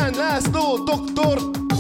Rogán László, doktor.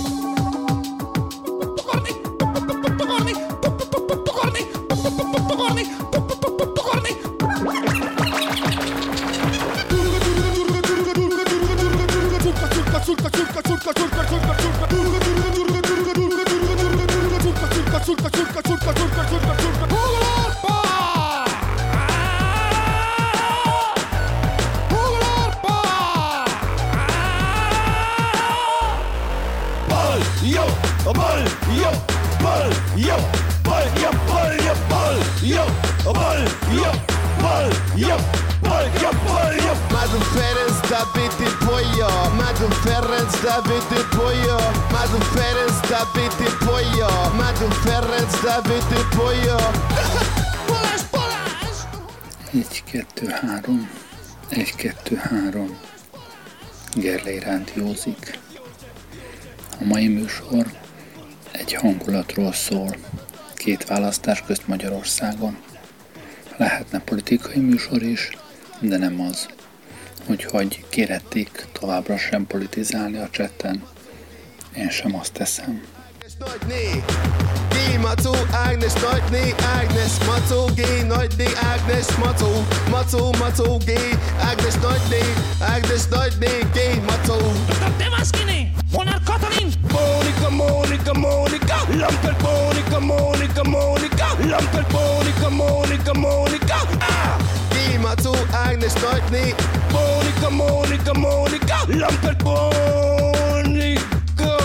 Mádon Ferenc Dávid Polya, Mádon Ferenc Dávid Polya, Mádon Ferenc Dávid Polya, Mádon Ferenc Dávid Polya. Balázs! 1, 2, 3, 1, 2, 3. Gerlei rádiózik. A mai műsor egy hangulatról szól. 2 választás közt Magyarországon. Lehetne politikai műsor is, de nem az. Úgyhogy kérhették továbbra sem politizálni a chatten. Én sem azt teszem. G, Macó, Ágnes, Nagyné, Ágnes, Macó, G, Nagyné, Ágnes, Macó, Macó, Macó, G, Ágnes, Nagyné, Ágnes, Nagyné, G, Macó. Dr. Demaszkiné, Molnár Katalin. Mónika, Mónika, Mónika, Lampert Mónika, Mónika, Mónika, Lampert Mónika, Mónika, Mónika. G, Macó, Ágnes, Nagyné, Mónika, Mónika, Mónika, Lampert Mónika,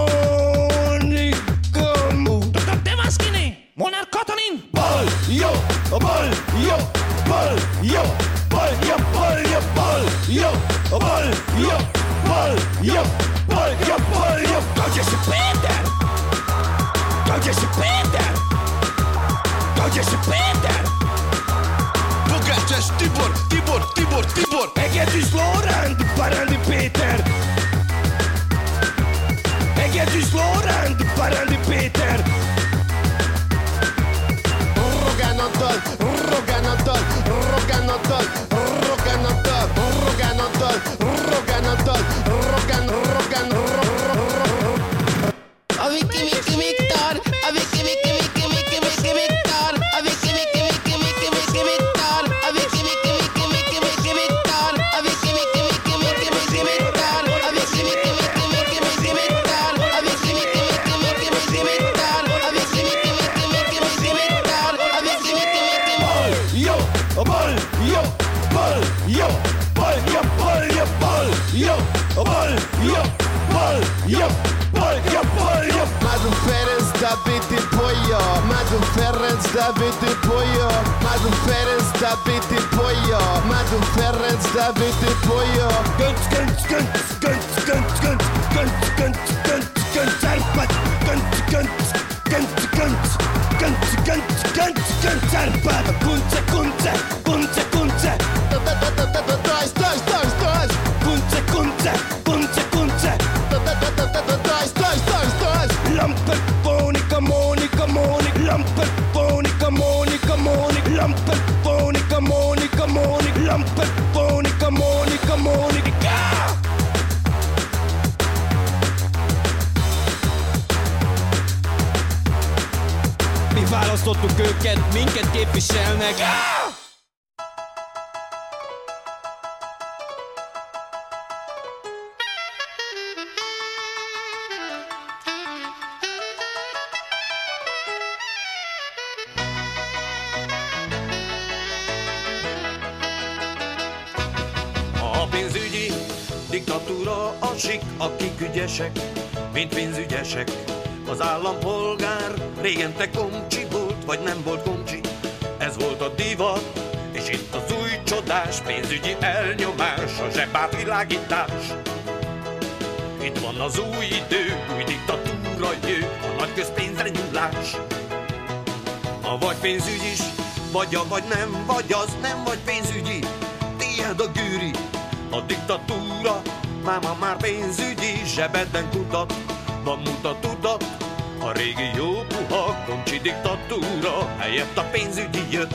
Mónika. Dr. Demaszkiné, Molnár Katalin. Bal, jó, a bal, jó, bal, jó, bal, jó, bal, jó, bal, jó, a bal, jó, bal, jó, bal, jó, bal, jó. Kagyesi Péter! Kagyesi Péter! Kagyesi Péter! Pogácsás Tibor, Tibor, Tibor, Tibor. Egedűs Lóránd, Barándi Péter! Egedűs Lóránd, Barándi Péter! Rogán Antal, Rogán Antal, Rogán Antal, Rogán Antal, Rogán Antal, Rogán Antal, Rogán, Rogán, A Viki Viki Viktor, a Viki Viki Viki Viki Viki Viktor, a Viki Viki Viki Viki Viki Viktor, a Viki Viki Viki Viki Viki Viktor, a Viki Viki Viki Viki Viki Viktor, a Viki Viki Viki Viki Viki Viktor, a Viki Viki Viki Viki Viki Viktor, a Viki Viki Viki Viki Viki Viktor, a Viki Viki Viki. Bal, jó, a bal, jó, bal, jó, bal, jó, bal, jó, bal, jó, a bal, jó, bal, jó, bal, jó, bal, jó. Mádon Ferenc Dávid Polya, Mádon Ferenc Dávid Polya, Mádon Ferenc Dávid Polya, Mádon Ferenc Dávid Polya. Gönc, gönc, gönc, gönc, gönc, gönc, gönc, gönc, gönc, gönc, Árpád, gönc, gönc, gönc, gönc, gönc, gönc, gönc, gönc, Árpád. Kunce, kunce, kunce, kunce. Tajsz, tajsz, tajsz, tajsz. Kunce, kunce, kunce, kunce. Tajsz, tajsz, tajsz, tajsz. Lampert Mónika, Mónika, Mónika, Lampert Mónika, Mónika, Mónika, Lampert Mónika, Mónika, Mónika, Lampert Mónika, Mónika, Mónika. Mi választottuk őket, minket képviselnek. A pénzügyi diktatúra a sik, akik ügyesek, mint pénzügyesek. Az állampolgár régen te komcsi volt, vagy nem volt komcsi. Ez volt a divat, és itt az új csodás, pénzügyi elnyomás, a zsebátvilágítás. Itt van az új idő, új diktatúra jő, a nagy közpénzre nyúlás. Ha vagy pénzügy is, vagy nem, vagy az nem vagy pénzügyi, tiéd a gűri. A diktatúra, máma már pénzügyi, zsebedben kutat, van mutatudat. A régi jó puha komcsi diktatúra helyett a pénzügyi jött,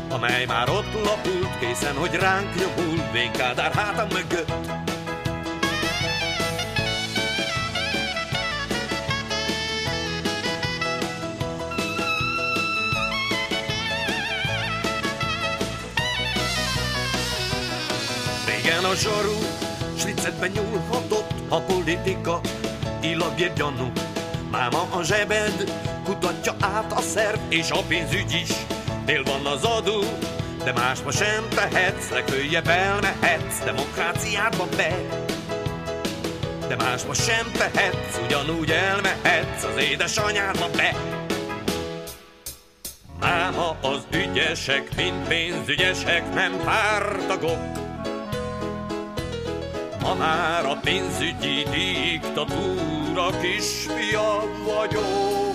amely már ott lapult, készen, hogy ránk nyomul, Vén Kádár háta mögött. a zsaru, slicetben nyúlhatott a politika, illagér gyanú. Máma a zsebed, kutatja át a szerv, és a pénzügy is. Dél van az adó, de másba sem tehetsz, legfőjebb elmehetsz demokráciádba be. De másba sem tehetsz, ugyanúgy elmehetsz az édesanyádba be. Máma az ügyesek, mint pénzügyesek, nem pártagok. Ma már a pénzügyi diktatúra kisfia vagyok.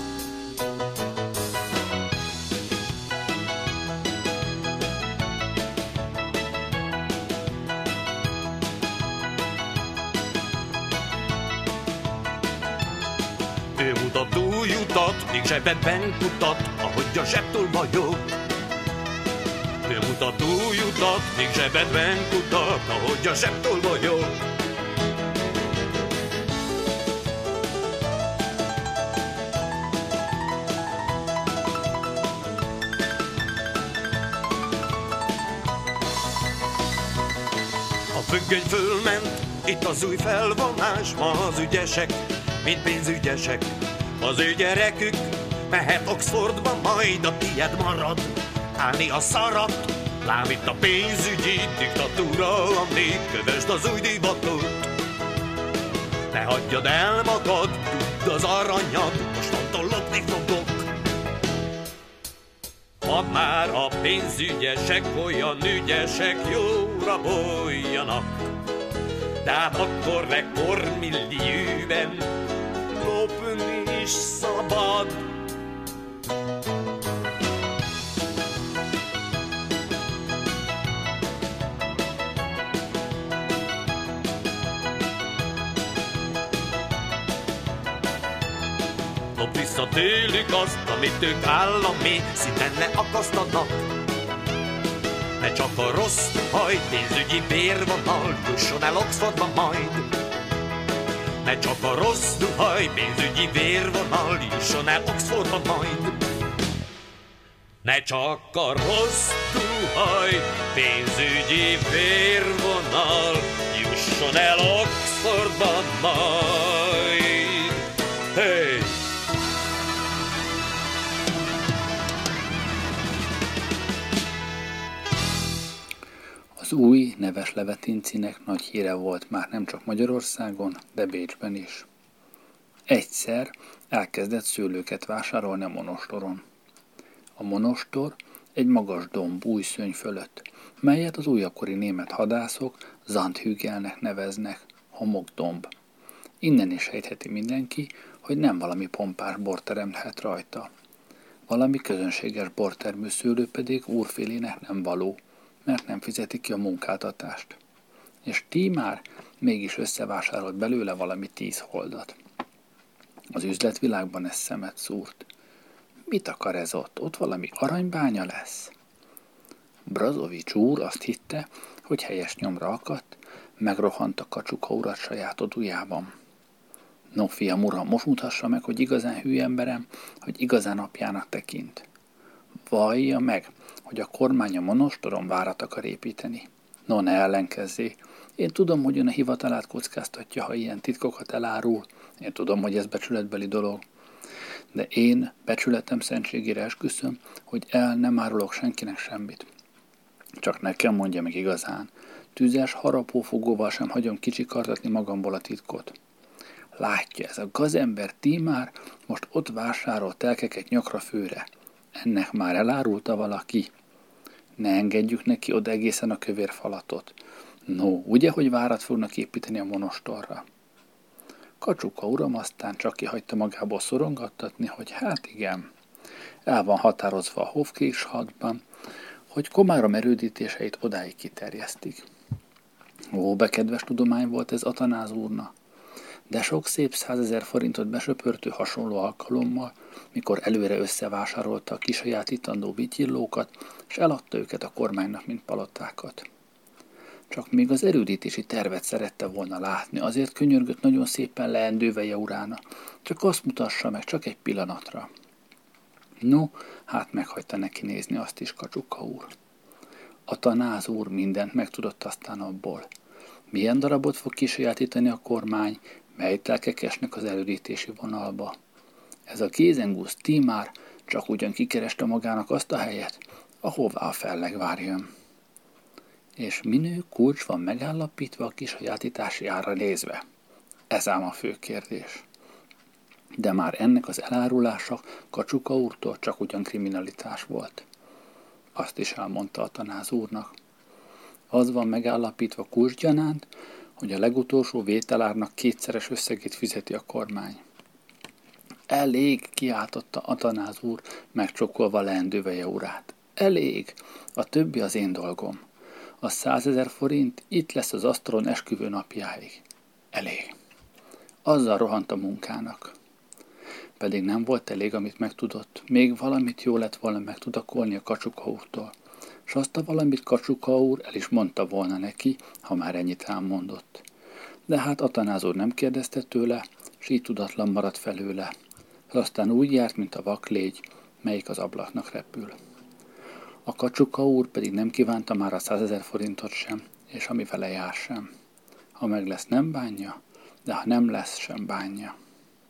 Ő mutat új utat, még zsebedben kutat, ahogy a zsebtolvajok. Ő mutat új utat, még zsebedben kutat, ahogy a zsebtolvajok. A függöny fölment, itt az új felvonás, ma az ügyesek, mint pénzügyesek. Az ő gyerekük mehet Oxfordba, majd a tied marad. Állni a szarat, lám itt a pénzügyi diktatúra, amíg kövesd az új divatot. Ne hagyjad el magad, tudd az aranyad, mostantól lopni fogok. Ha már a pénzügyesek olyan ügyesek, jó raboljanak, de hát akkor rekordmillióben lopni is szabad. Lop vissza tőlük azt, amit ők állami szinten leakasztanak. Ne csak a rossz haj, pénzügyi vérvonal jusson el Oxfordba majd. Ne csak a rossz duhaj, pénzügyi vérvonal jusson el Oxfordba majd. Ne csak a rossz duhaj, pénzügyi vérvonal jusson el Oxfordba majd. Hey! Az új neves Levetincinek nagy híre volt már nem csak Magyarországon, de Bécsben is. Egyszer elkezdett szőlőket vásárolni a monostoron. A monostor egy magas domb új szőny fölött, melyet az újakkori német hadászok Zandhügelnek neveznek, homokdomb. Innen is sejtheti mindenki, hogy nem valami pompás bor teremthet rajta. Valami közönséges bortermő szőlő pedig úrfélének nem való, mert nem fizeti ki a munkáltatást. És Tímár mégis összevásárolt belőle valami 10 holdat. Az üzletvilágban ez szemet szúrt. Mit akar ez ott? Ott valami aranybánya lesz? Brazovics úr azt hitte, hogy helyes nyomra akadt, megrohant a Kacsuka urat saját odujában. No, fiam, uram, most mutassa meg, hogy igazán hű emberem, hogy igazán apjának tekint. Vallja meg, hogy a kormány a monostoron várat akar építeni. No, ne ellenkezzé. Én tudom, hogy ön a hivatalát kockáztatja, ha ilyen titkokat elárul. Én tudom, hogy ez becsületbeli dolog. De én becsületem szentségére esküszöm, hogy el nem árulok senkinek semmit. Csak nekem mondja meg igazán. Tüzes harapófogóval sem hagyom kicsikartatni magamból a titkot. Látja, ez a gazember Tímár most ott vásárol telkeket nyakra főre. Ennek már elárulta valaki. Ne engedjük neki oda egészen a kövér falatot. No, ugye, hogy várat fognak építeni a monostorra? Kacsuka uram aztán csak kihagyta magából szorongattatni, hogy hát igen, el van határozva a Hofkirchhadban, hogy Komárom erődítéseit odáig kiterjesztik. Ó, bekedves tudomány volt ez Atanáz úrna. De sok szép 100 000 forintot besöpörtő hasonló alkalommal, mikor előre összevásárolta a kisajátítandó vityillókat, és eladta őket a kormánynak, mint palotákat. Csak még az erődítési tervet szerette volna látni, azért könyörgött nagyon szépen leendőve Jaurána. Csak azt mutassa meg, csak egy pillanatra. No, hát meghagyta neki nézni azt is Kacsuka úr. A tanáz úr mindent megtudott aztán abból. Milyen darabot fog kisajátítani a kormány, mely telkek esnek az elődítési vonalba. Ez a Gézengusz Tímár csak ugyan kikereste magának azt a helyet, ahová a fellegvár jön. És minő kulcs van megállapítva a kisajátítási ára nézve? Ez ám a fő kérdés. De már ennek az elárulása Kacsuka úrtól csak ugyan kriminalitás volt. Azt is elmondta a tanáz úrnak. Az van megállapítva kulcsgyanánt, hogy a legutolsó vételárnak 2-szeres összegét fizeti a kormány. Elég, kiáltotta a tanáz úr, megcsókolva leendőveje urát. Elég, a többi az én dolgom. A 100 000 forint itt lesz az asztalon esküvő napjáig. Elég. Azzal rohant a munkának. Pedig nem volt elég, amit megtudott. Még valamit jó lett volna megtudakolni a Kacsuka úrtól. S azt a valamit Kacsuka úr el is mondta volna neki, ha már ennyit elmondott. De hát a tanáz úr nem kérdezte tőle, s így tudatlan maradt felőle. Aztán úgy járt, mint a vaklégy, melyik az ablaknak repül. A Kacsuka úr pedig nem kívánta már a 100 000 forintot sem, és ami vele jár sem. Ha meg lesz, nem bánja, de ha nem lesz, sem bánja.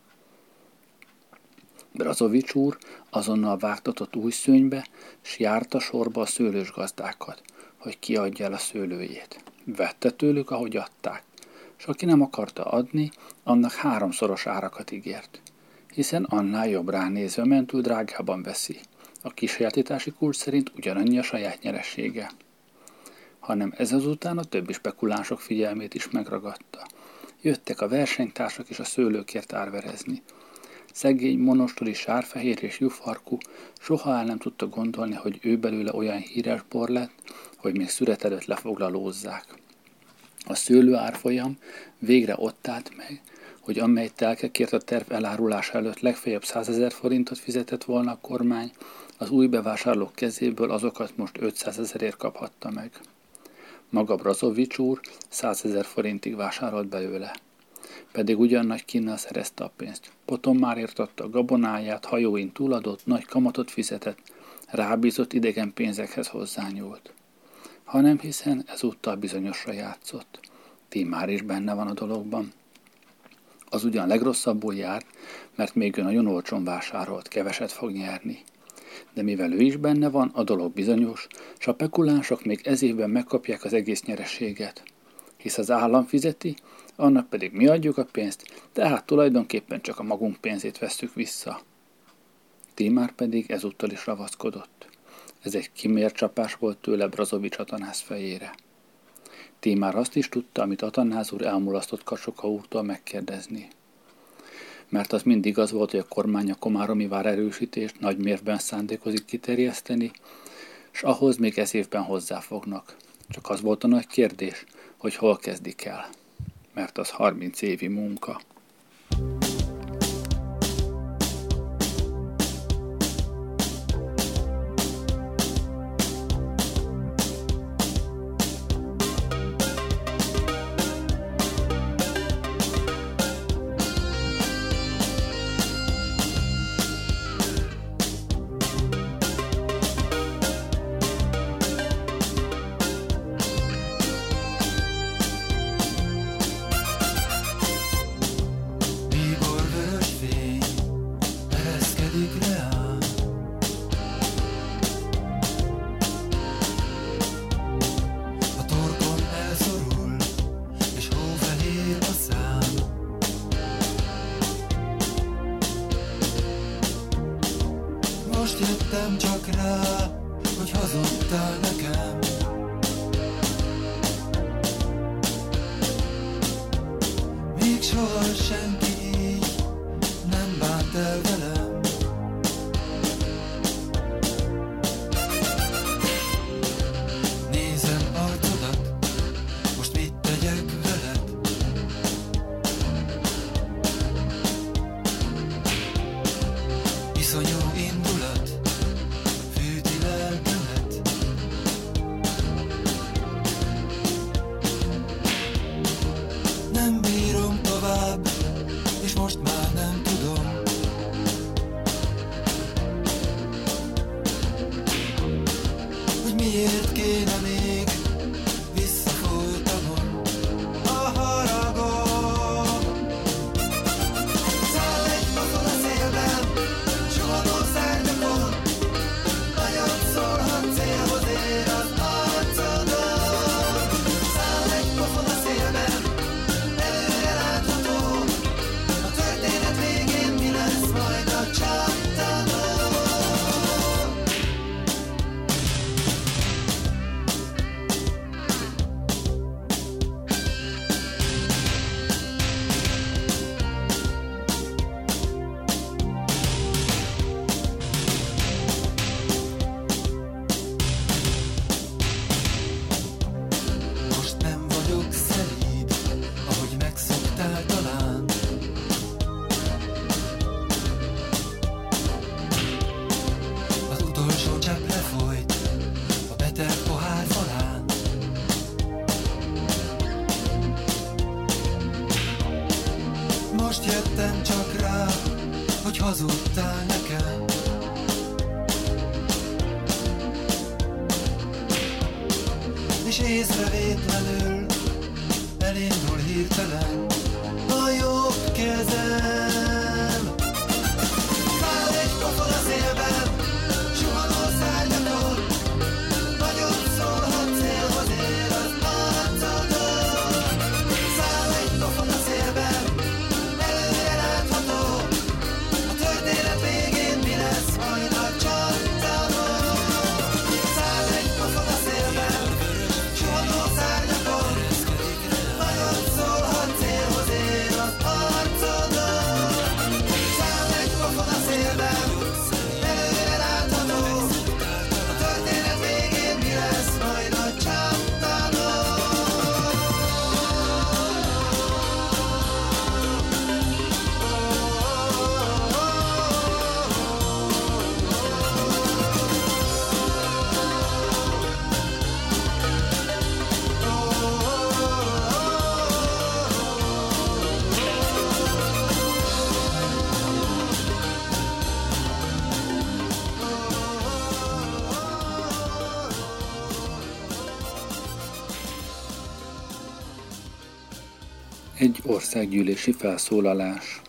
Brazovics úr azonnal vágtatott új szőnybe, s járta sorba a szőlős gazdákat, hogy kiadja el a szőlőjét. Vette tőlük, ahogy adták, s aki nem akarta adni, annak 3-szoros árakat ígért, hiszen annál jobb ránézve mentül drágában veszi. A kisajátítási kulcs szerint ugyanannyi a saját nyeressége. Hanem ez azután a többi spekulánsok figyelmét is megragadta. Jöttek a versenytársak is a szőlőkért árverezni. Szegény, monostoli, sárfehér és jufarkú soha el nem tudta gondolni, hogy ő belőle olyan híres bor lett, hogy még szüret előtt lefoglalózzák. A szőlő árfolyam végre ott állt meg, hogy amely telkekért a terv elárulása előtt legfeljebb 100 000 forintot fizetett volna a kormány, az új bevásárlók kezéből azokat most 500 000-ért kaphatta meg. Maga Brazovics úr 100 000 forintig vásárolt belőle. Pedig ugyan nagy kínnal szerezte a pénzt. Potom már értatta a gabonáját, hajóin túladott, nagy kamatot fizetett, rábízott idegen pénzekhez hozzányúlt. Hanem hiszen ezúttal bizonyosra játszott. Tímár is benne van a dologban. Az ugyan legrosszabbul jár, mert még ő nagyon olcsón vásárolt, keveset fog nyerni. De mivel ő is benne van, a dolog bizonyos, s a pekulánsok még ez évben megkapják az egész nyereséget. Hisz az állam fizeti, annak pedig mi adjuk a pénzt, tehát tulajdonképpen csak a magunk pénzét vesszük vissza. Tímár pedig ezúttal is ravaszkodott. Ez egy kimért csapás volt tőle Brazovics Atanász fejére. Tímár azt is tudta, amit Atanász úr elmulasztott Kacsuka úrtól megkérdezni. Mert az mindig az volt, hogy a kormány a komáromi vár erősítést nagy mérvben szándékozik kiterjeszteni, s ahhoz még ez évben hozzáfognak. Csak az volt a nagy kérdés, hogy hol kezdik el. Mert az 30 évi munka. Most jöttem csak rá, hogy hazudtál nekem. Még soha senki így nem bánt el velem. Nézem arcodat, most mit tegyek veled? Iszonyú indulat fűti lelkemet. Nem bírom tovább, és most már nem tudom. Hogy miért kéne még és észrevétlenül elindul hirtelen a jobb kezem. Száll egy pofon a szélben, suhanó szárnyakon, nagyobb szólhat célhoz ér az arcodon. Száll egy pofon a szélben, előre látható, a történet végén mi lesz majd a csattanó. Száll egy pofon a szélben, suhanó szárnyakon, nagyobb szólhat célhoz ér az arcodon. Száll egy pofon a szélben, előre látható, a történet végén mi lesz majd a csattanó. Egy országgyűlési felszólalás.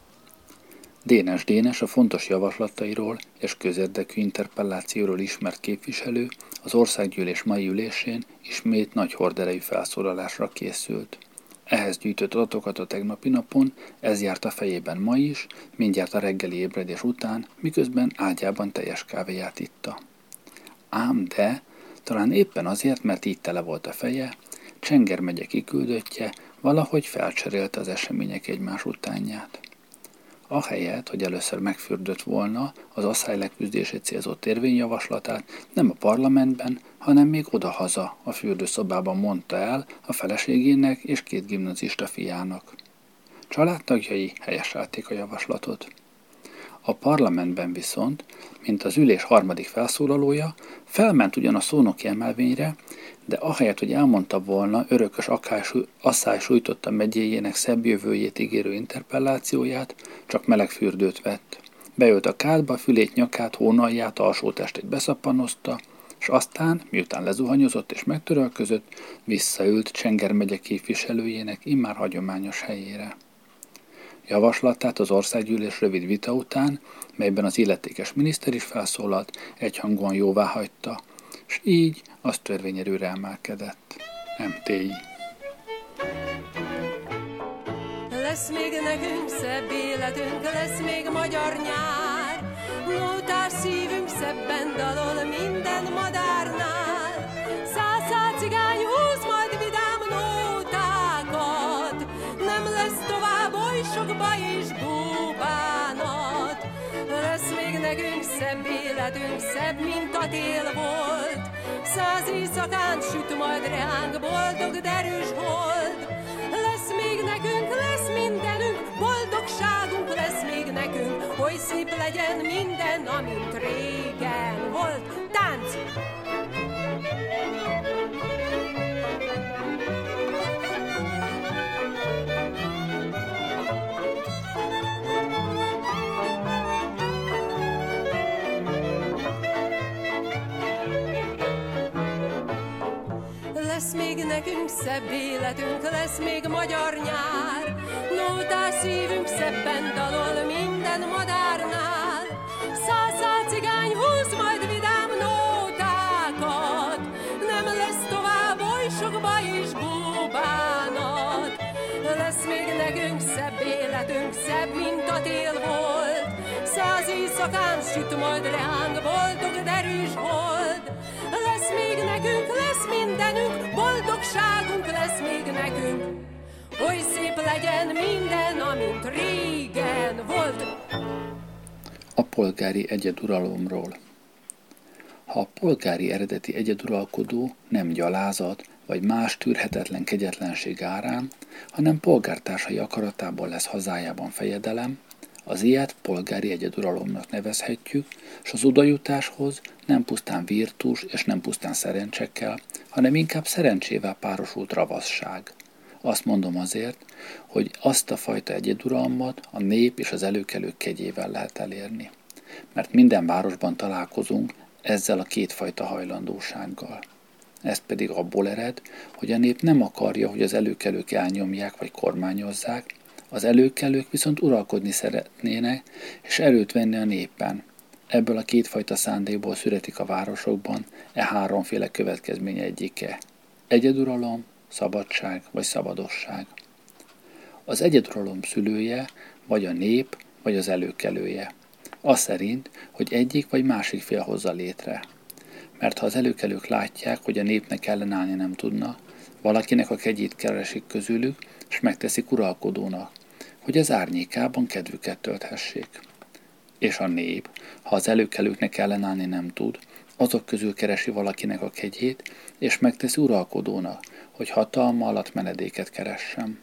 Dénes a fontos javaslatairól és közérdekű interpellációról ismert képviselő az országgyűlés mai ülésén ismét nagy horderejű felszólalásra készült. Ehhez gyűjtött adatokat a tegnapi napon, ez járt a fejében ma is, mindjárt a reggeli ébredés után, miközben ágyában teljes kávéját itta. Ám de, talán éppen azért, mert így tele volt a feje, Csenger megye kiküldöttje valahogy felcserélte az események egymás utánját. Ahelyett, hogy először megfürdött volna az asszály leküzdését célzó törvényjavaslatát, nem a parlamentben, hanem még odahaza a fürdőszobában mondta el a feleségének és 2 gimnazista fiának. Családtagjai helyeselték a javaslatot. A parlamentben viszont, mint az ülés harmadik felszólalója, felment ugyan a szónoki emelvényre, de ahelyett, hogy elmondta volna örökös asszály sújtotta megyéjének szebb jövőjét ígérő interpellációját, csak meleg fürdőt vett. Beült a kádba, fülét, nyakát, hónalját, alsótestét beszappanozta, és aztán, miután lezuhanyozott és megtörölközött, visszaült Csenger megye képviselőjének immár hagyományos helyére. Javaslatát az országgyűlés rövid vita után, melyben az illetékes miniszter is felszólalt, egyhangúan jóváhagyta, és így az törvényerőre emelkedett. MTI. Lesz még nekünk szebb életünk, lesz még magyar nyár, nótás szívünk szebben dalol minden madárnál. Száz cigány húz majd vidám nótákat, nem lesz tovább oly sok baj és búbánat. Lesz még nekünk szebb életünk, szebb, mint a tél volt, 100 éjszakán süt majd ránk boldog derűs hold. Lesz még nekünk, lesz mindenünk, boldogságunk lesz még nekünk, hogy szép legyen minden, amint régen volt. Tánc! Lesz még nekünk szebb életünk, lesz még magyar nyár, nótás szívünk szebben dalol minden madárnál. 100 cigány húz majd vidám nótákat, nem lesz tovább oly sok baj és búbánat. Lesz még nekünk szebb életünk, szebb, mint a tél volt, 100 éjszakán süt majd ránk boldog derűs hold. Lesz még nekünk, lesz mindenünk, boldogságunk lesz még nekünk, hogy szép legyen minden, amint régen volt. A polgári egyeduralomról. Ha a polgári eredeti egyeduralkodó nem gyalázat vagy más tűrhetetlen kegyetlenség árán, hanem polgártársai akaratából lesz hazájában fejedelem, az ilyet polgári egyeduralomnak nevezhetjük, és az odajutáshoz nem pusztán virtus és nem pusztán szerencsekkel, hanem inkább szerencsével párosult ravaszság. Azt mondom azért, hogy azt a fajta egyeduralmat a nép és az előkelők kegyével lehet elérni. Mert minden városban találkozunk ezzel a kétfajta hajlandósággal. Ez pedig abból ered, hogy a nép nem akarja, hogy az előkelők elnyomják vagy kormányozzák, az előkelők viszont uralkodni szeretnének, és erőt venni a népen. Ebből a kétfajta szándékból születik a városokban háromféle következmény egyike. Egyeduralom, szabadság vagy szabadosság. Az egyeduralom szülője vagy a nép, vagy az előkelője. Az szerint, hogy egyik vagy másik fél hozza létre. Mert ha az előkelők látják, hogy a népnek ellenállni nem tudna, valakinek a kegyét keresik közülük, és megteszik uralkodónak, hogy az árnyékában kedvüket tölthessék. És a nép, ha az előkelőknek ellenállni nem tud, azok közül keresi valakinek a kegyét, és megteszi uralkodónak, hogy hatalma alatt menedéket keressen.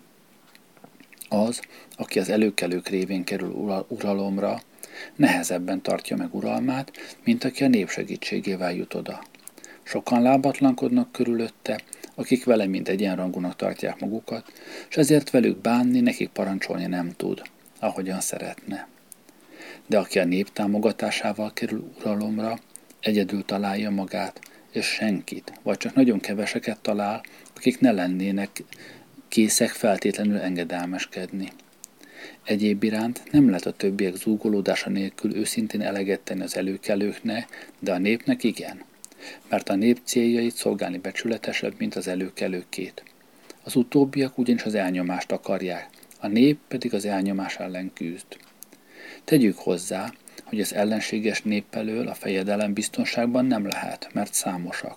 Az, aki az előkelők révén kerül uralomra, nehezebben tartja meg uralmát, mint aki a nép segítségével jut oda. Sokan lábatlankodnak körülötte, akik vele mind egyenrangúnak tartják magukat, és ezért velük bánni, nekik parancsolni nem tud, ahogyan szeretne. De aki a nép támogatásával kerül uralomra, egyedül találja magát, és senkit, vagy csak nagyon keveseket talál, akik ne lennének készek feltétlenül engedelmeskedni. Egyéb iránt nem lehet a többiek zúgolódása nélkül őszintén eleget tenni az előkelőknek, de a népnek igen, mert a nép céljait szolgálni becsületesebb, mint az előkelőkét. Az utóbbiak ugyanis az elnyomást akarják, a nép pedig az elnyomás ellen küzd. Tegyük hozzá, hogy az ellenséges nép elől a fejedelem biztonságban nem lehet, mert számosak.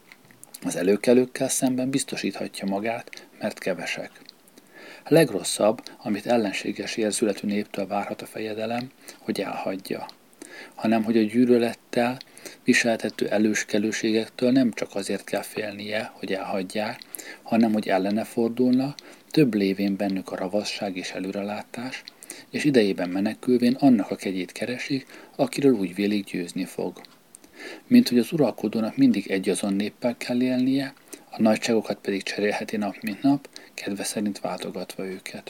Az előkelőkkel szemben biztosíthatja magát, mert kevesek. A legrosszabb, amit ellenséges érzületű néptől várhat a fejedelem, hogy elhagyja, hanem hogy a gyűlölettel viseltető előskelőségektől nem csak azért kell félnie, hogy elhagyják, hanem hogy ellene fordulna, több lévén bennük a ravasság és előrelátás, és idejében menekülvén annak a kegyét keresik, akiről úgy vélik győzni fog. Mint hogy az uralkodónak mindig egyazon néppel kell élnie, a nagyságokat pedig cserélheti nap mint nap, kedve szerint váltogatva őket.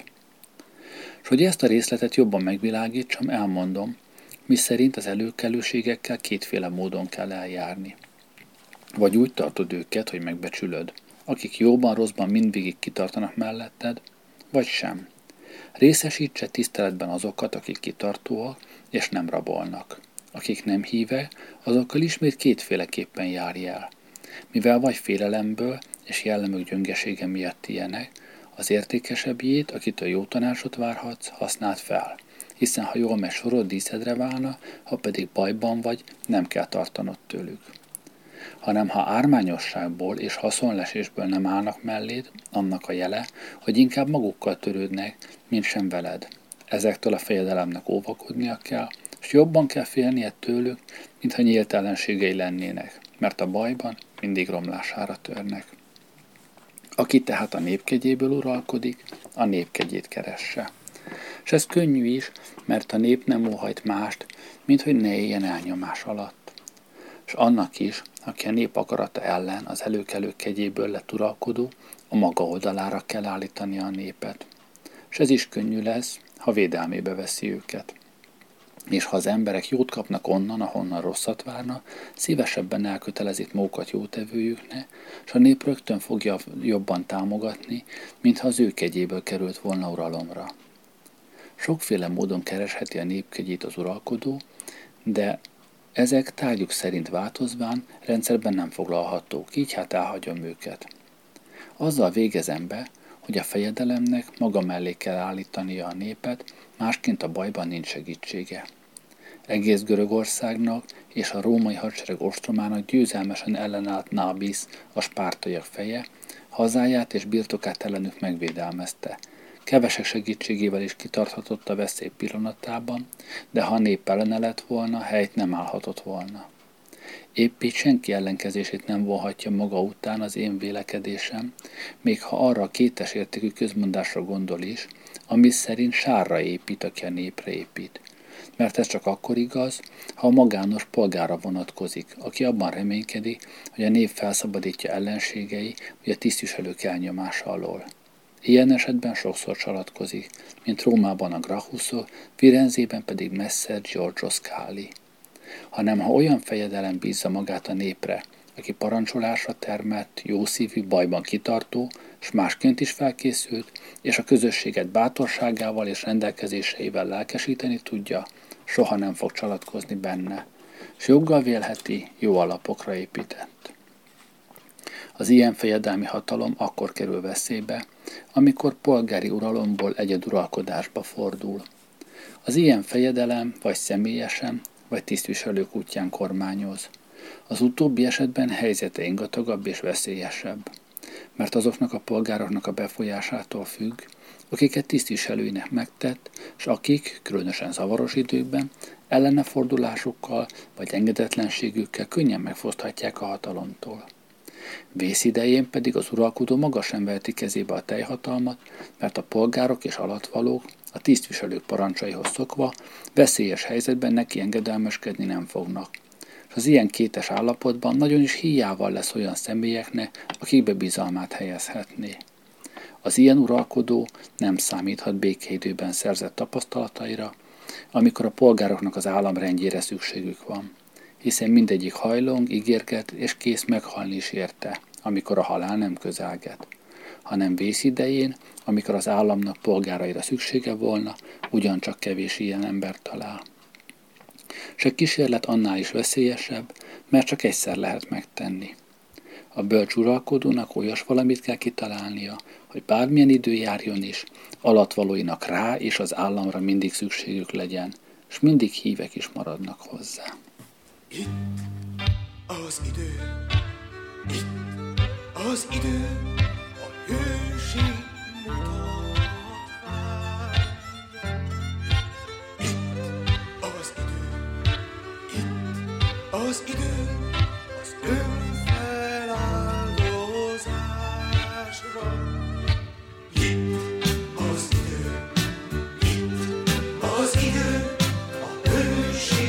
És hogy ezt a részletet jobban megvilágítsam, elmondom, miszerint az előkelőségekkel kétféle módon kell eljárni. Vagy úgy tartod őket, hogy megbecsülöd, akik jóban, rosszban mindvégig kitartanak melletted, vagy sem. Részesítse tiszteletben azokat, akik kitartóak, és nem rabolnak. Akik nem híve, azokkal ismét kétféleképpen járj el. Mivel vagy félelemből és jellemük gyöngesége miatt ilyenek, az értékesebbjét, akitől jó tanácsot várhatsz, használd fel, hiszen ha jól megy sorod, díszedre válna, ha pedig bajban vagy, nem kell tartanod tőlük. Hanem ha ármányosságból és haszonlesésből nem állnak melléd, annak a jele, hogy inkább magukkal törődnek, mint sem veled. Ezektől a fejedelemnek óvakodnia kell, és jobban kell félnie tőlük, mintha nyílt ellenségei lennének, mert a bajban mindig romlására törnek. Aki tehát a népkegyéből uralkodik, a népkegyét keresse. És ez könnyű is, mert a nép nem óhajt mást, mint hogy ne éljen elnyomás alatt. És annak is, aki a nép akarata ellen az előkelők kegyéből lett uralkodó, a maga oldalára kell állítani a népet. És ez is könnyű lesz, ha védelmébe veszi őket. És ha az emberek jót kapnak onnan, ahonnan rosszat várna, szívesebben elkötelezik magukat jótevőjüknek, és a nép rögtön fogja jobban támogatni, mintha az ő kegyéből került volna uralomra. Sokféle módon keresheti a nép kegyét az uralkodó, de ezek tárgyuk szerint változván rendszerben nem foglalhatók, így hát elhagyom őket. Azzal végezem be, hogy a fejedelemnek maga mellé kell állítania a népet, másként a bajban nincs segítsége. Egész Görögországnak és a római hadsereg ostromának győzelmesen ellenállt Nábisz, a spártaiak feje, hazáját és birtokát ellenük megvédelmezte. Kevesek segítségével is kitarthatott a veszély pillanatában, de ha a nép ellene lett volna, helyt nem állhatott volna. Épp így senki ellenkezését nem vonhatja maga után az én vélekedésem, még ha arra a kétes értékű közmondásra gondol is, ami szerint sárra épít, aki a népre épít. Mert ez csak akkor igaz, ha a magános polgára vonatkozik, aki abban reménykedik, hogy a nép felszabadítja ellenségei, vagy a tisztviselők elnyomása alól. Ilyen esetben sokszor csalatkozik, mint Rómában a Gracchuso, Firenzében pedig Messer Giorgio Scali. Hanem ha olyan fejedelem bízza magát a népre, aki parancsolásra termett, jószívű, bajban kitartó, s másként is felkészült, és a közösséget bátorságával és rendelkezéseivel lelkesíteni tudja, soha nem fog csalatkozni benne, s joggal vélheti, jó alapokra épített. Az ilyen fejedelmi hatalom akkor kerül veszélybe, amikor polgári uralomból egyeduralkodásba fordul. Az ilyen fejedelem vagy személyesen, vagy tisztviselők útján kormányoz. Az utóbbi esetben helyzete ingatagabb és veszélyesebb, mert azoknak a polgároknak a befolyásától függ, akiket tisztviselőinek megtett, s akik, különösen zavaros időkben, ellene fordulásukkal vagy engedetlenségükkel könnyen megfoszthatják a hatalomtól. Vészidején pedig az uralkodó maga sem veheti kezébe a teljhatalmat, mert a polgárok és alattvalók a tisztviselők parancsaihoz szokva veszélyes helyzetben neki engedelmeskedni nem fognak. És az ilyen kétes állapotban nagyon is híjával lesz olyan személyeknek, akikbe bizalmát helyezhetné. Az ilyen uralkodó nem számíthat békeidőben szerzett tapasztalataira, amikor a polgároknak az államrendjére szükségük van, hiszen mindegyik hajlong, ígérget és kész meghalni is érte, amikor a halál nem közelget, hanem vészidején, amikor az államnak polgáraira szüksége volna, ugyancsak kevés ilyen embert talál. S a kísérlet annál is veszélyesebb, mert csak egyszer lehet megtenni. A bölcs uralkodónak olyas valamit kell kitalálnia, hogy bármilyen idő járjon is, alattvalóinak rá és az államra mindig szükségük legyen, s mindig hívek is maradnak hozzá. Itt az idő, itt az idő, a hősi mutatvány. Itt az idő, itt az idő, az önfeláldozásra. Itt az idő, itt az idő, a hősi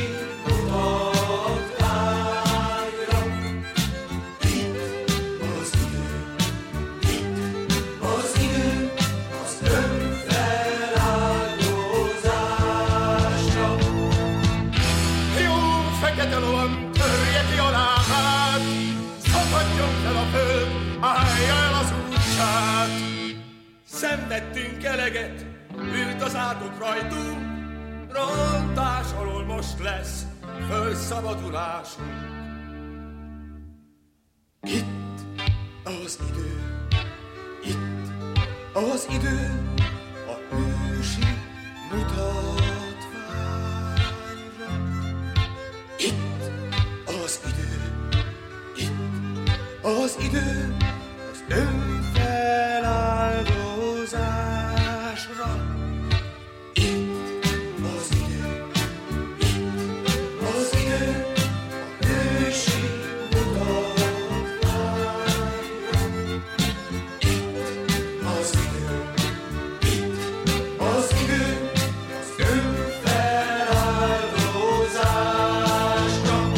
szenvedtünk eleget, ült az átok rajtunk, rontás alól most lesz fölszabadulásunk. Itt az idő, itt az idő, a hősi mutatványra. Itt az idő, itt az idő, az önfeláldozásra. Itt az idő, itt az idő, a hősi mutatványra. Itt az idő, itt az idő, az önfeláldozásra.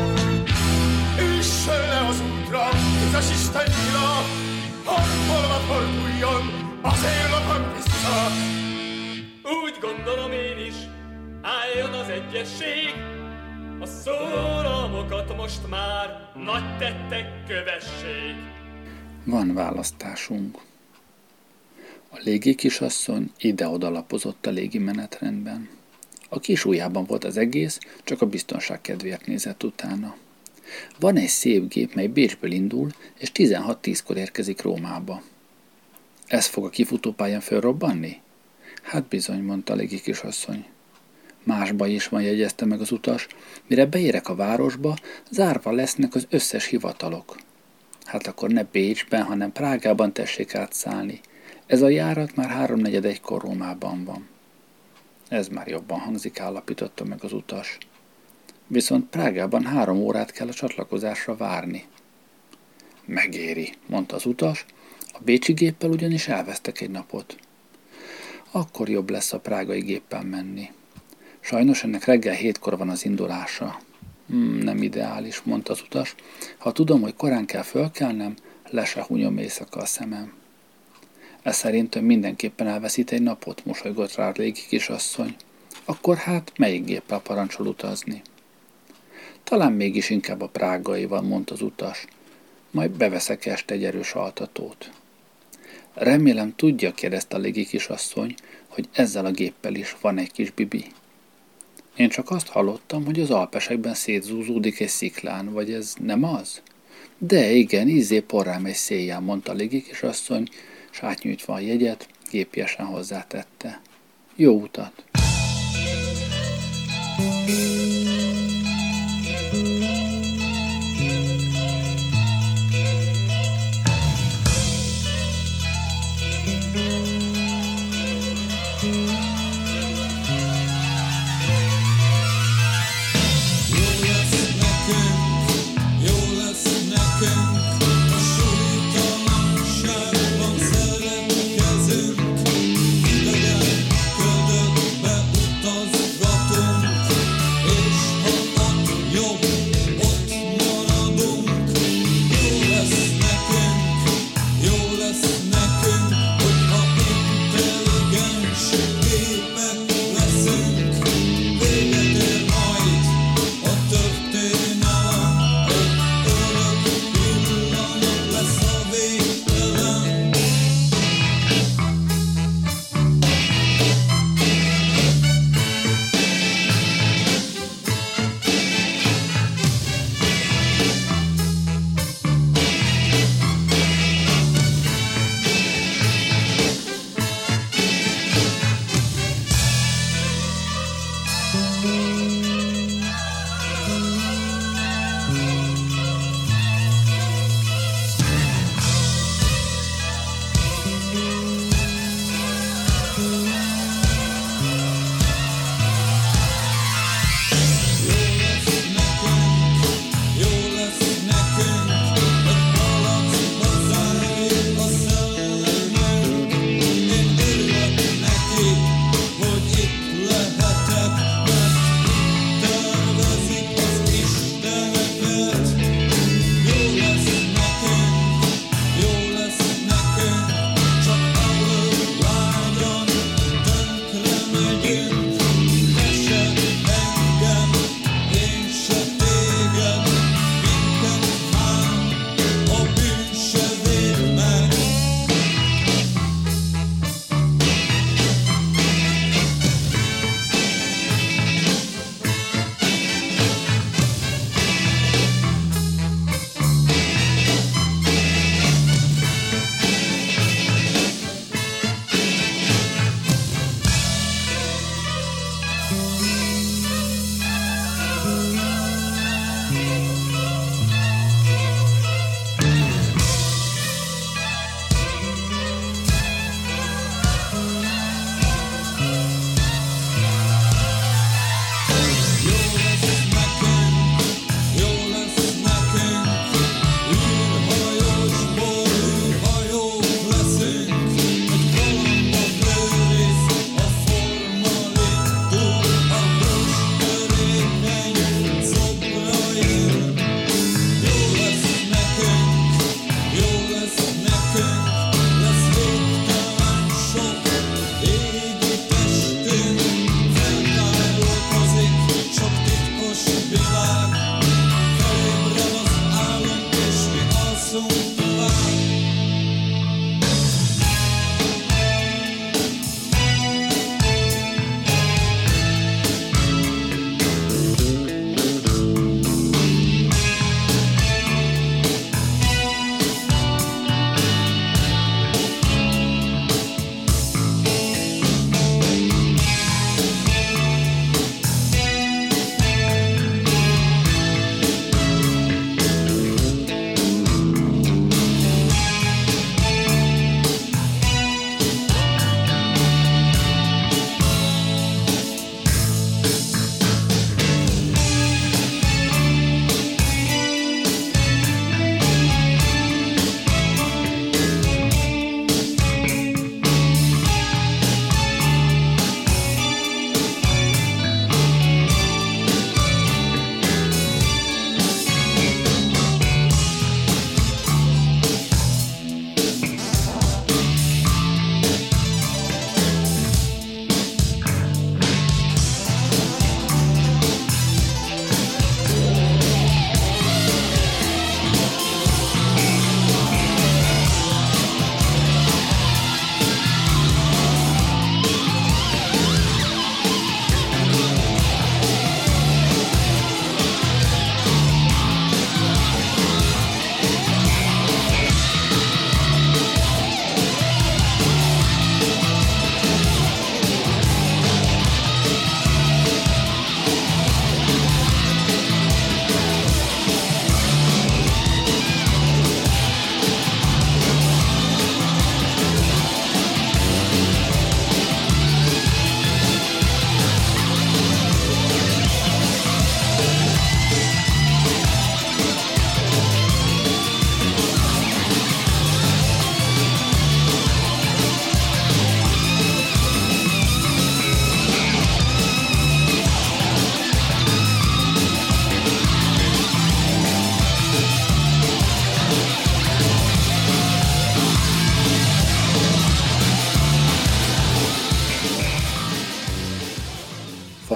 Üssön le az útra, bizonyos Isten nyila, hangolva forduljon az élapon vissza. Úgy gondolom én is, álljon az egyesség, a szólamokat most már nagy tettek kövessék. Van választásunk. A légi kisasszony ide-oda lapozott a légi menetrendben. A kis ujjában volt az egész, csak a biztonság kedvéért nézett utána. Van egy szép gép, mely Bécsből indul, és 16:10-kor érkezik Rómába. Ez fog a kifutópályán fölrobbanni? Hát bizony, mondta a légi kisasszony. Más baj is van, jegyezte meg az utas. Mire beérek a városba, zárva lesznek az összes hivatalok. Hát akkor ne Bécsben, hanem Prágában tessék átszállni. Ez a járat már 3:45-kor Rómában van. Ez már jobban hangzik, állapította meg az utas. Viszont Prágában 3 órát kell a csatlakozásra várni. Megéri, mondta az utas, a bécsi géppel ugyanis elvesztek egy napot. Akkor jobb lesz a prágai géppel menni. Sajnos ennek reggel 7-kor van az indulása. Nem ideális, mondta az utas. Ha tudom, hogy korán kell fölkelnem, le se hunyom éjszaka a szemem. Ez szerintem mindenképpen elveszít egy napot, mosolygott rá a légi kisasszony. Akkor hát melyik géppel parancsol utazni? Talán mégis inkább a prágaival, mondta az utas. Majd beveszek este egy erős altatót. Remélem tudja, kérdezte a légikisasszony, hogy ezzel a géppel is van egy kis bibi. Én csak azt hallottam, hogy az Alpesekben szétzúzódik egy sziklán, vagy ez nem az? De igen, ízzé porrám egy széjjel, mondta a légikisasszony, s átnyújtva a jegyet, gépiesen hozzátette. Jó utat!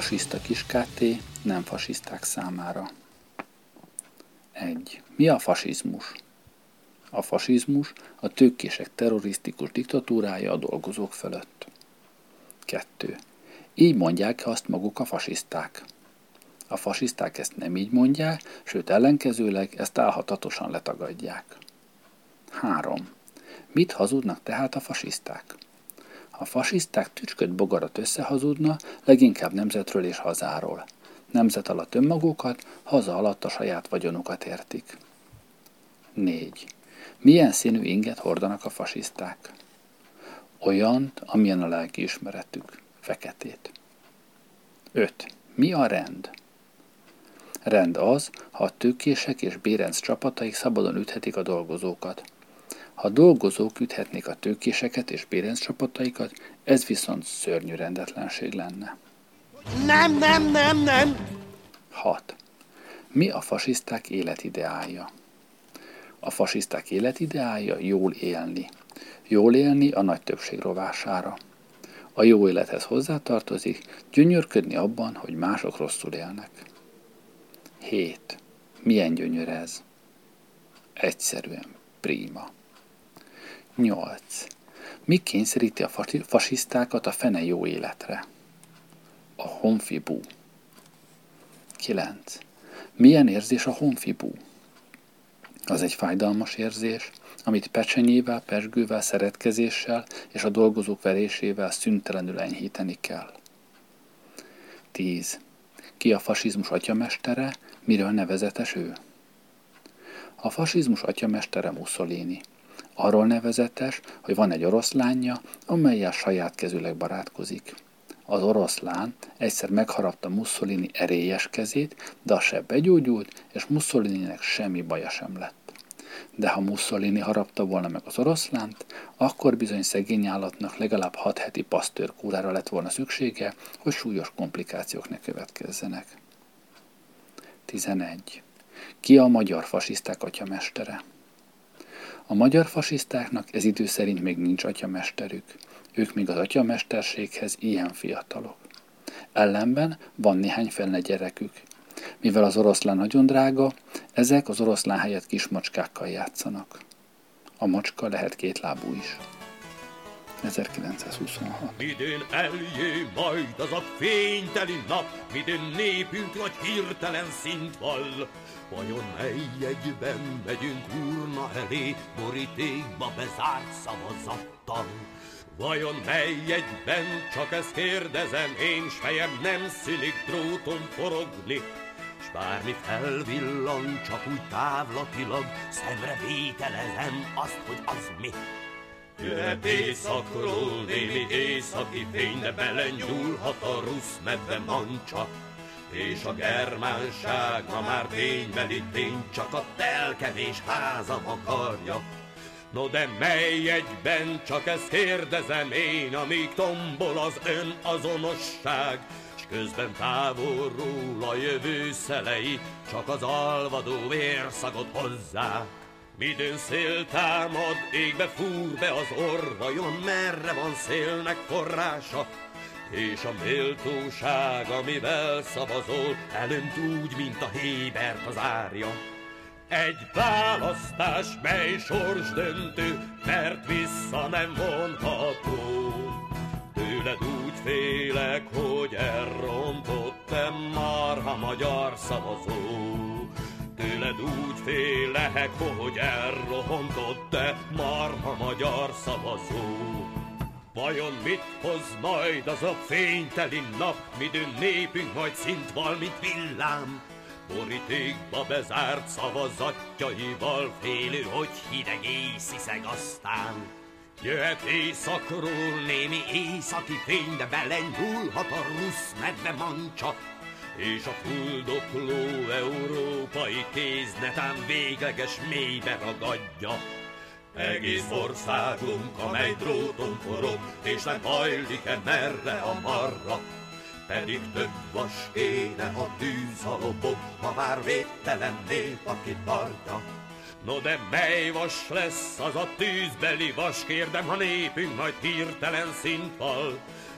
Fasiszta kiskáté nem fasiszták számára. 1. Mi a fasizmus? A fasizmus a tőkések terrorisztikus diktatúrája a dolgozók fölött. 2. Így mondják azt maguk a fasiszták. A fasiszták ezt nem így mondják, sőt ellenkezőleg ezt álhatatosan letagadják. 3. Mit hazudnak tehát a fasiszták? A fasiszták tücsköt bogarat összehazudna, leginkább nemzetről és hazáról. Nemzet alatt önmagukat, haza alatt a saját vagyonukat értik. 4. Milyen színű inget hordanak a fasiszták? Olyant, amilyen a lelkiismeretük, feketét. 5. Mi a rend? Rend az, ha a tőkések és bérenc csapataik szabadon üthetik a dolgozókat. Ha a dolgozók üthetnék a tőkéseket és bérenc csapataikat, ez viszont szörnyű rendetlenség lenne. Nem! 6. Mi a fasiszták életideája? A fasiszták életideája jól élni. Jól élni a nagy többség rovására. A jó élethez hozzátartozik, gyönyörködni abban, hogy mások rosszul élnek. 7. Milyen gyönyör ez? Egyszerűen prima. 8. Mi kényszeríti a fasisztákat a fene jó életre? A honfibú. 9. Milyen érzés a honfibú? Az egy fájdalmas érzés, amit pecsenyével, pezsgővel, szeretkezéssel és a dolgozók verésével szüntelenül enyhíteni kell. 10. Ki a fasizmus atyamestere, miről nevezetes ő? A fasizmus atyamestere Mussolini. Arról nevezetes, hogy van egy oroszlánja, amellyel saját kezűleg barátkozik. Az oroszlán egyszer megharapta Mussolini erélyes kezét, de a seb begyógyult, és Mussolininek semmi baja sem lett. De ha Mussolini harapta volna meg az oroszlánt, akkor bizony szegény állatnak legalább 6 heti pasztőrkúrára lett volna szüksége, hogy súlyos komplikációk ne következzenek. 11. Ki a magyar fasiszták atyamestere? A magyar fasisztáknak ez idő szerint még nincs atyamesterük. Ők még az atyamesterséghez ilyen fiatalok. Ellenben van néhány felnő gyerekük. Mivel az oroszlán nagyon drága, ezek az oroszlán helyett kismacskákkal játszanak. A macska lehet kétlábú is. 1926. Midőn eljé majd az a fényteli nap, midőn népünk nagy hirtelen szint vall. Vajon mely jegyben megyünk urna elé, borítékba bezárt szavazattal? Vajon mely jegyben, csak ezt kérdezem én, s fejem nem szűnik dróton forogni, s bármi felvillan, csak úgy távlatilag, szemre vételezem azt, hogy az mi. Jöhet éjszakról némi északi fény, de belenyúlhat a rusz medve mancsa, és a germánság ma már ténybeli tény, csak a telkevés házam akarja. No de mely egyben, csak ezt kérdezem én, amíg tombol az önazonosság, s közben távolról a jövő szelei csak az alvadó vérszagot hozzá. Midőn szél támad, égbe fúr be az orr, vajon merre van szélnek forrása? És a méltóság, amivel szavazol, elönt úgy, mint a hébert az árja. Egy választás, mely sorsdöntő, mert vissza nem vonható. Tőled úgy félek, hogy elrontottam marha magyar szavazó. Tőled úgy félek, hogy elrontottam marha magyar szavazó. Vajon mit hoz majd az a fényteli nap, midőn népünk majd szint val, mint villám? Borítékba bezárt szavazatjaival félő, hogy hideg észiszeg aztán. Jöhet éjszakról némi északi fény, de belenyúlhat a rusz medve mancsa, és a fuldokló európai kéz netán végleges mélybe ragadja. Egész országunk, amely dróton forog, és nem hajlik-e merre a marra, pedig több vas kéne a tűz a lobog, ha már védtelen nép, aki tartja. No de mely vas lesz az a tűzbeli vas, kérdem, ha népünk majd hirtelen szintval?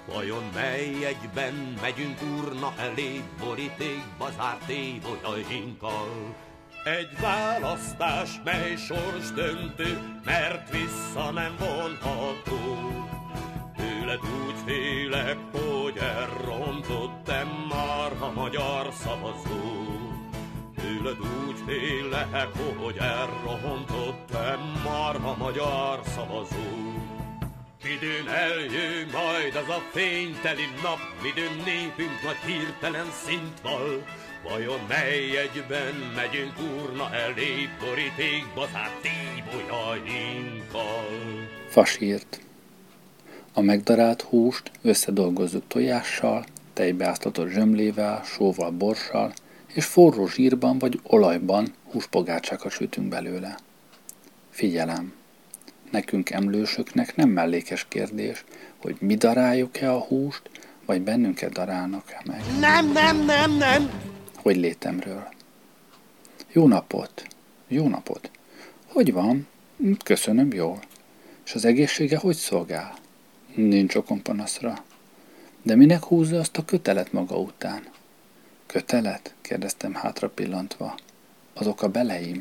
Vajon mely egyben megyünk urna elé, borítékba zárt évolyainkkal? Egy választás, mely sors döntő, mert vissza nem vonható. Tőled úgy félek, hogy elrontottam már a magyar szavazó. Tőled úgy félek, hogy elrontottam már a magyar szavazó. Midőn eljön majd az a fényteli nap, midőn népünk nagy hirtelen szint val. Vajon mely egyben megyünk urna elé, borítékba zárt tíbolyainkkal? Fasírt. A megdarált húst összedolgozzuk tojással, tejbeáztatott zsömlével, sóval, borssal, és forró zsírban vagy olajban húspogácsákat sütünk belőle. Figyelem! Nekünk emlősöknek nem mellékes kérdés, hogy mi daráljuk-e a húst, vagy bennünket darálnak-e meg. Nem! Hogy létemről. Jó napot! Jó napot! Hogy van? Köszönöm, jól. És az egészsége hogy szolgál? Nincs okon panaszra. De minek húzza azt a kötelet maga után? Kötelet? Kérdeztem hátra pillantva. Azok a beleim.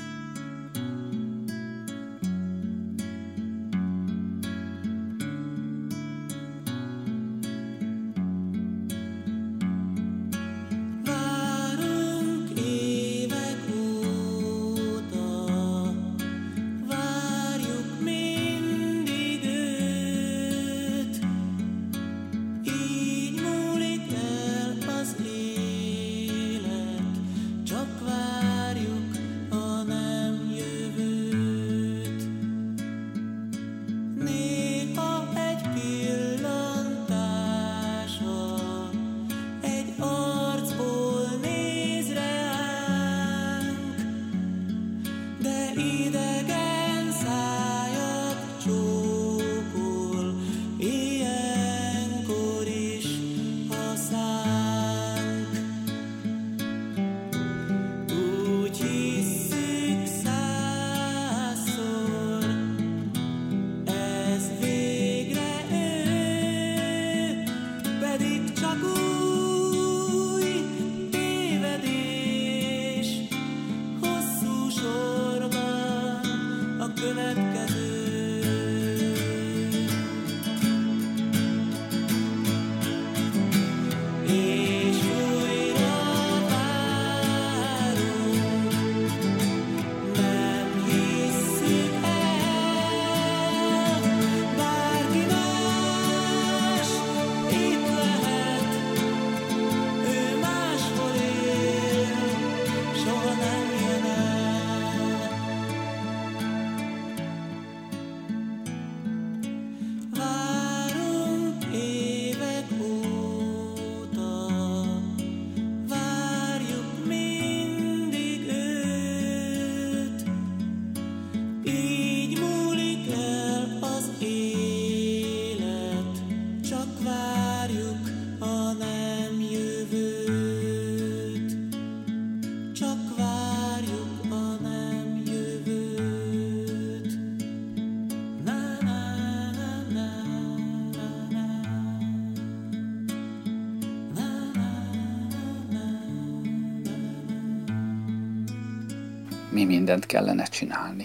Mi mindent kellene csinálni.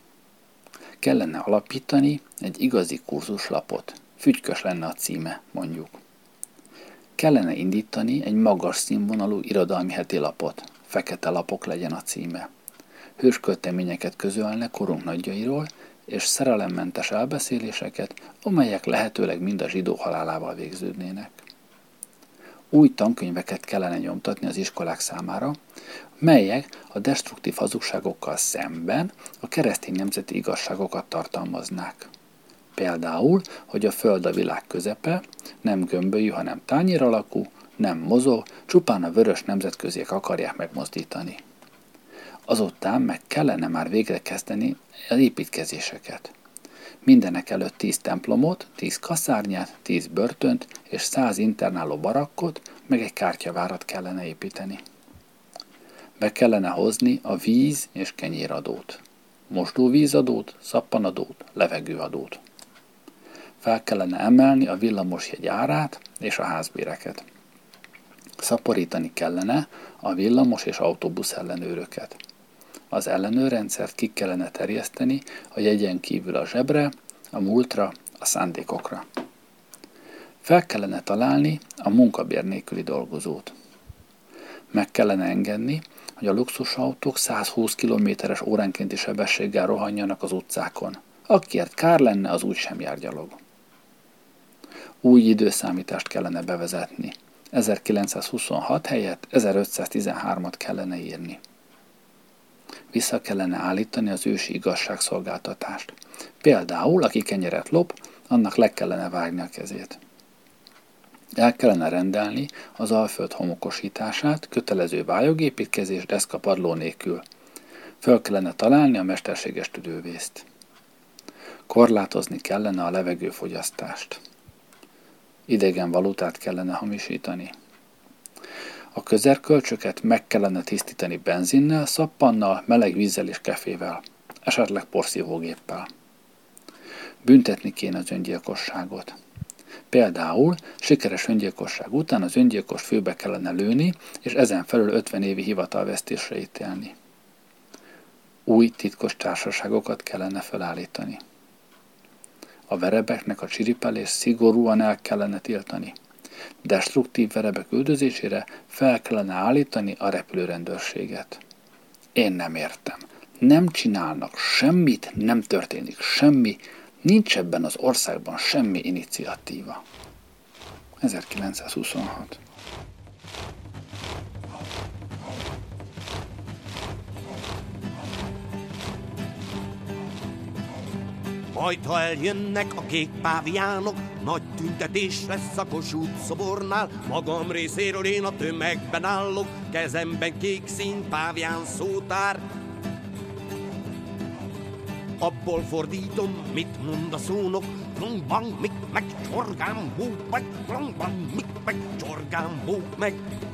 Kellene alapítani egy igazi kurzuslapot, Fügykös lenne a címe, mondjuk. Kellene indítani egy magas színvonalú irodalmi hetilapot, Fekete lapok legyen a címe. Hőskölteményeket közölne korunk nagyjairól, és szerelemmentes elbeszéléseket, amelyek lehetőleg mind a zsidó halálával végződnének. Új tankönyveket kellene nyomtatni az iskolák számára, melyek a destruktív hazugságokkal szemben a keresztény nemzeti igazságokat tartalmaznák. Például, hogy a Föld a világ közepe, nem gömbölyű, hanem tányér alakú, nem mozog, csupán a vörös nemzetköziek akarják megmozdítani. Azután meg kellene már végre kezdeni az építkezéseket. Mindenek előtt 10 templomot, 10 kaszárnyát, 10 börtönt és 100 internáló barakkot, meg egy kártyavárat kellene építeni. Be kellene hozni a víz- és kenyéradót, mosdóvízadót, szappanadót, levegőadót. Fel kellene emelni a villamosjegy árát és a házbéreket. Szaporítani kellene a villamos és autóbusz ellenőröket. Az ellenőrrendszert ki kellene terjeszteni a jegyen kívül a zsebre, a múltra, a szándékokra. Fel kellene találni a munkabér nélküli dolgozót. Meg kellene engedni, hogy a luxusautók 120 km/h óránkénti sebességgel rohanjanak az utcákon. Akiért kár lenne, az úgy sem jár gyalog. Új időszámítást kellene bevezetni. 1926 helyett 1513-at kellene írni. Vissza kellene állítani az ősi igazságszolgáltatást. Például, aki kenyeret lop, annak le kellene vágni a kezét. El kellene rendelni az Alföld homokosítását kötelező vályogépítkezés deszkapadló nélkül. Föl kellene találni a mesterséges tüdővészt. Korlátozni kellene a levegőfogyasztást. Idegen valutát kellene hamisítani. A közerkölcsöket meg kellene tisztítani benzinnel, szappannal, meleg vízzel és kefével, esetleg porszívógéppel. Büntetni kéne az öngyilkosságot. Például sikeres öngyilkosság után az öngyilkos főbe kellene lőni, és ezen felül 50 évi hivatalvesztésre ítélni. Új titkos társaságokat kellene felállítani. A verebeknek a csiripelést szigorúan el kellene tiltani. Destruktív verebek üldözésére fel kellene állítani a repülőrendőrséget. Én nem értem. Nem csinálnak semmit, nem történik semmi, nincs ebben az országban semmi iniciatíva. 1926. Majd ha eljönnek a kék páviánok, nagy tüntetés lesz a Kossuth szobornál. Magam részéről én a tömegben állok, kezemben kék szín pávián szótár. Abból fordítom, mit mond a szónok, plong-bang, mik meg, csorgám, bók meg, plong-bang, mik meg, csorgám, bók meg.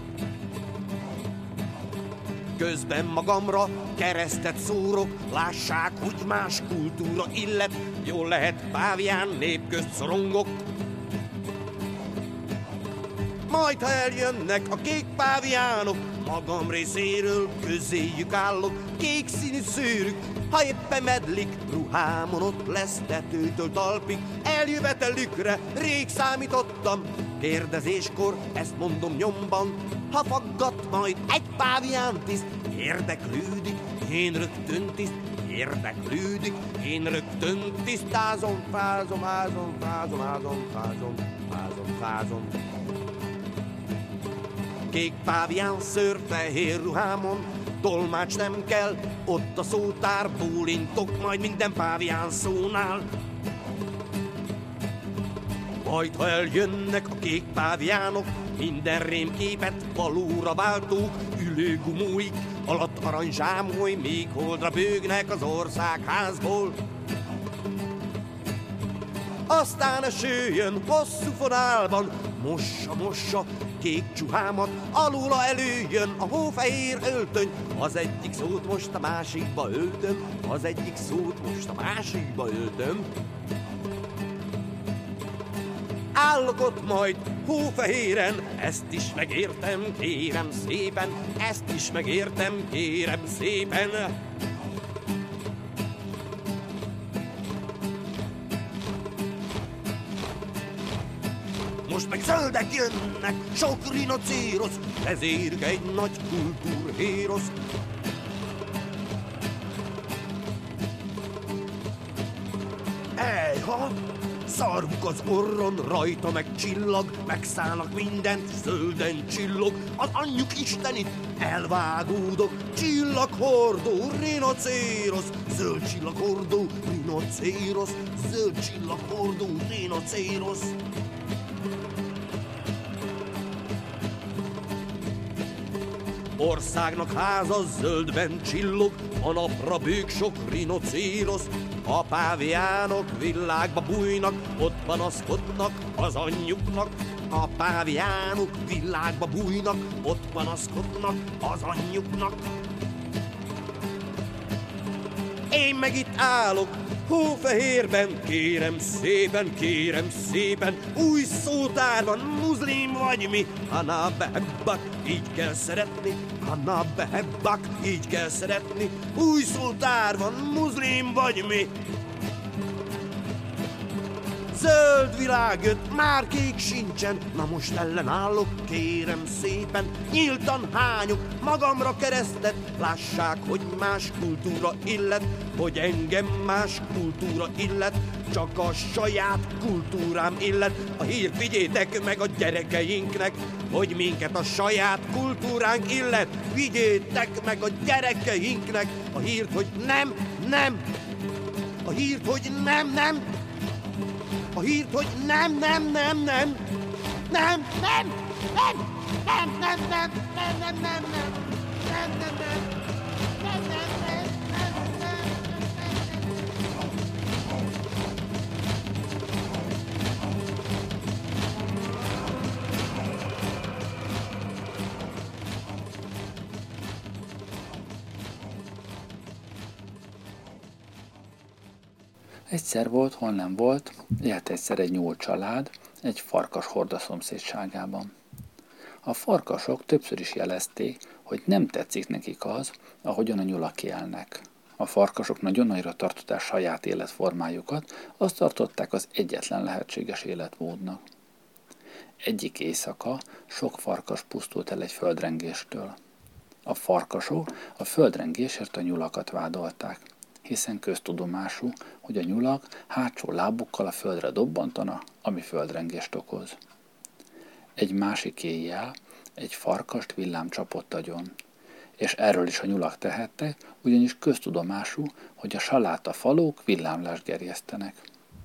Közben magamra keresztet szórok, lássák, hogy más kultúra illet, jól lehet pávián nép közt szorongok. Majd ha eljönnek a kék páviánok, magam részéről közéjük állok, kék színű szőrük, ha éppen medlik, ruhámon ott lesz tetőtől talpig, eljövetelükre rég számítottam, kérdezéskor ezt mondom nyomban, ha faggat majd egy pávián tiszt, érdeklődik, én rögtön tiszt, érdeklődik, én rögtön tisztázom, fázom. Kék pávián szőr fehér ruhámon, tolmács nem kell, ott a szótár, bólintok majd minden pávián szónál. Majd ha eljönnek a kék páviánok, minden rémképet valóra váltók, ülő gumóik alatt aranyzsámoly, még holdra bőgnek az országházból. Aztán esőjön hosszú fonálban, mossa kék csuhámat, alula előjön a hófehér öltöny, az egyik szót most a másikba öltöm, az egyik szót most a másikba öltöm. Állok ott majd hófehéren, ezt is megértem, kérem szépen, ezt is megértem, kérem szépen. Most meg zöldek jönnek, sok rinocérosz, ezért egy nagy kultúrhérosz. Ejha! Szarvuk az orron, rajta meg csillag, megszállnak mindent, zölden csillog, az anyjuk istenit elvágódok, csillaghordó, rinocérosz, zöld csillaghordó, rinocérosz, zöld csillaghordó, rinocérosz. Országnak háza zöldben csillog, a napra bőg sok rinocérosz, a páviánok világba bújnak, ott panaszkodnak az anyjuknak. A páviánok világba bújnak, ott panaszkodnak az anyjuknak. Én meg itt állok, hófehérben, kérem szépen, új szótár van, muszlim vagy mi? Hanna behebbak, így kell szeretni, Hanna behebbak, így kell szeretni, új szótár van, muszlim vagy mi? Zöld világ jött, már kék sincsen, na most ellenállok, kérem szépen, nyíltan hányok magamra keresztet, lássák, hogy más kultúra illet, hogy engem más kultúra illet, csak a saját kultúrám illet. A hírt vigyétek meg a gyerekeinknek, hogy minket a saját kultúránk illet. Vigyétek meg a gyerekeinknek a hírt, hogy nem, a hírt, hogy nem, a hírt, hogy nem. Egyszer volt, hol nem volt, élt egyszer egy nyúl család, egy farkas horda szomszédságában. A farkasok többször is jelezték, hogy nem tetszik nekik az, ahogyan a nyulak élnek. A farkasok nagyon nagyra tartották saját életformájukat, azt tartották az egyetlen lehetséges életmódnak. Egyik éjszaka sok farkas pusztult el egy földrengéstől. A farkasok a földrengésért a nyulakat vádolták, hiszen köztudomású, hogy a nyulak hátsó lábukkal a földre dobbantana, ami földrengést okoz. Egy másik éjjel egy farkast villám csapott agyon, és erről is a nyulak tehettek, ugyanis köztudomású, hogy a saláta falók villámlást gerjesztenek.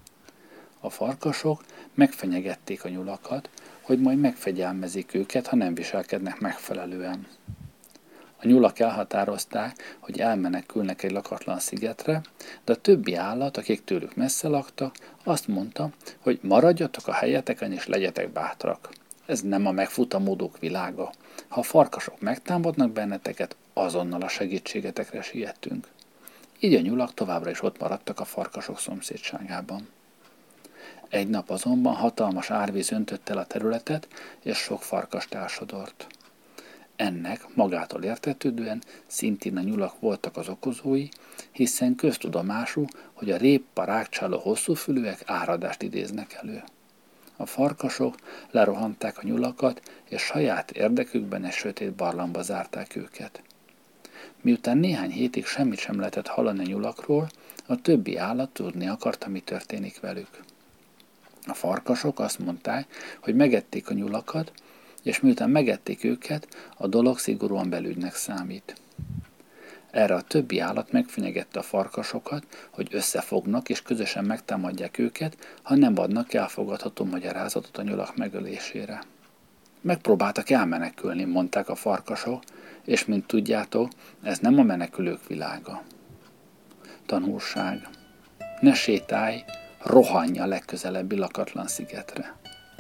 A farkasok megfenyegették a nyulakat, hogy majd megfegyelmezik őket, ha nem viselkednek megfelelően. A nyulak elhatározták, hogy elmenekülnek egy lakatlan szigetre, de a többi állat, akik tőlük messze laktak, azt mondta, hogy maradjatok a helyeteken és legyetek bátrak. Ez nem a megfutamódók világa. Ha a farkasok megtámadnak benneteket, azonnal a segítségetekre sietünk. Így a nyulak továbbra is ott maradtak a farkasok szomszédságában. Egy nap azonban hatalmas árvíz öntött el a területet, és sok farkast elsodort. Ennek magától értetődően szintén a nyulak voltak az okozói, hiszen köztudomású, hogy a réppa rágcsáló hosszúfülűek áradást idéznek elő. A farkasok lerohanták a nyulakat, és saját érdekükben egy sötét barlangba zárták őket. Miután néhány hétig semmit sem lehetett hallani a nyulakról, a többi állat tudni akarta, mi történik velük. A farkasok azt mondták, hogy megették a nyulakat, és miután megették őket, a dolog szigorúan belügynek számít. Erre a többi állat megfenyegette a farkasokat, hogy összefognak és közösen megtámadják őket, ha nem adnak elfogadható magyarázatot a nyulak megölésére. Megpróbáltak elmenekülni, mondták a farkasok, és mint tudjátok, ez nem a menekülők világa. Tanulság. Ne sétálj, rohanj a legközelebbi lakatlan szigetre.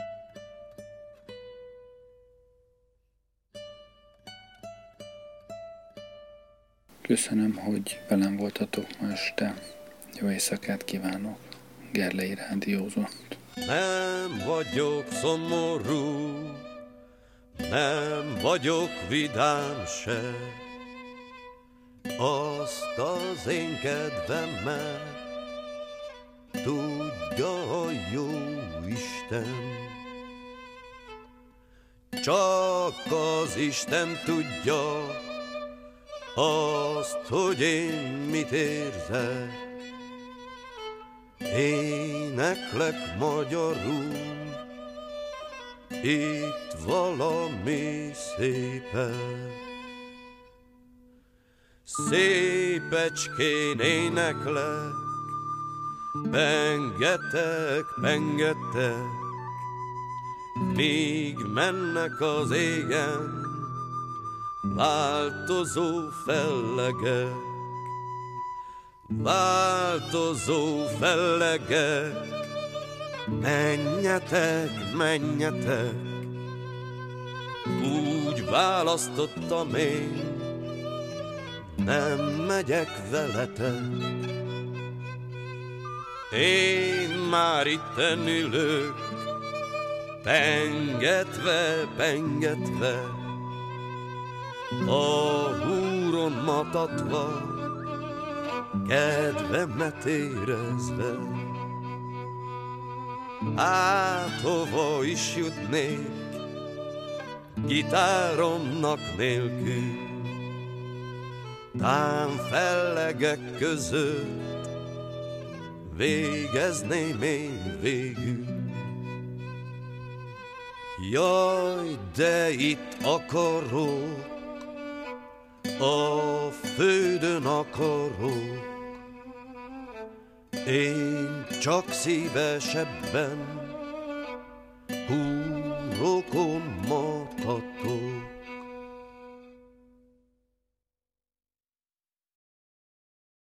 Köszönöm, hogy velem voltatok ma este. Jó éjszakát kívánok. Gerlei rádiózott. Nem vagyok szomorú, nem vagyok vidám se, azt az én kedvemet tudja a jó Isten. Csak az Isten tudja azt, hogy én mit érzek. Éneklek magyarul, itt valami szépen. Szépecskén éneklek, pengetek, pengetek, míg mennek az égen változó fellegek, változó fellegek. Menjetek, menjetek, úgy választottam én, nem megyek veletek. Én már itten ülök, pengetve, pengetve, a húron matatva, kedvemet érezve. Hát hova is jutnék, gitáromnak nélkül, tán fellegek között végezném én végül. Jaj, de itt akarok, a földön akarok, én csak szívesebben,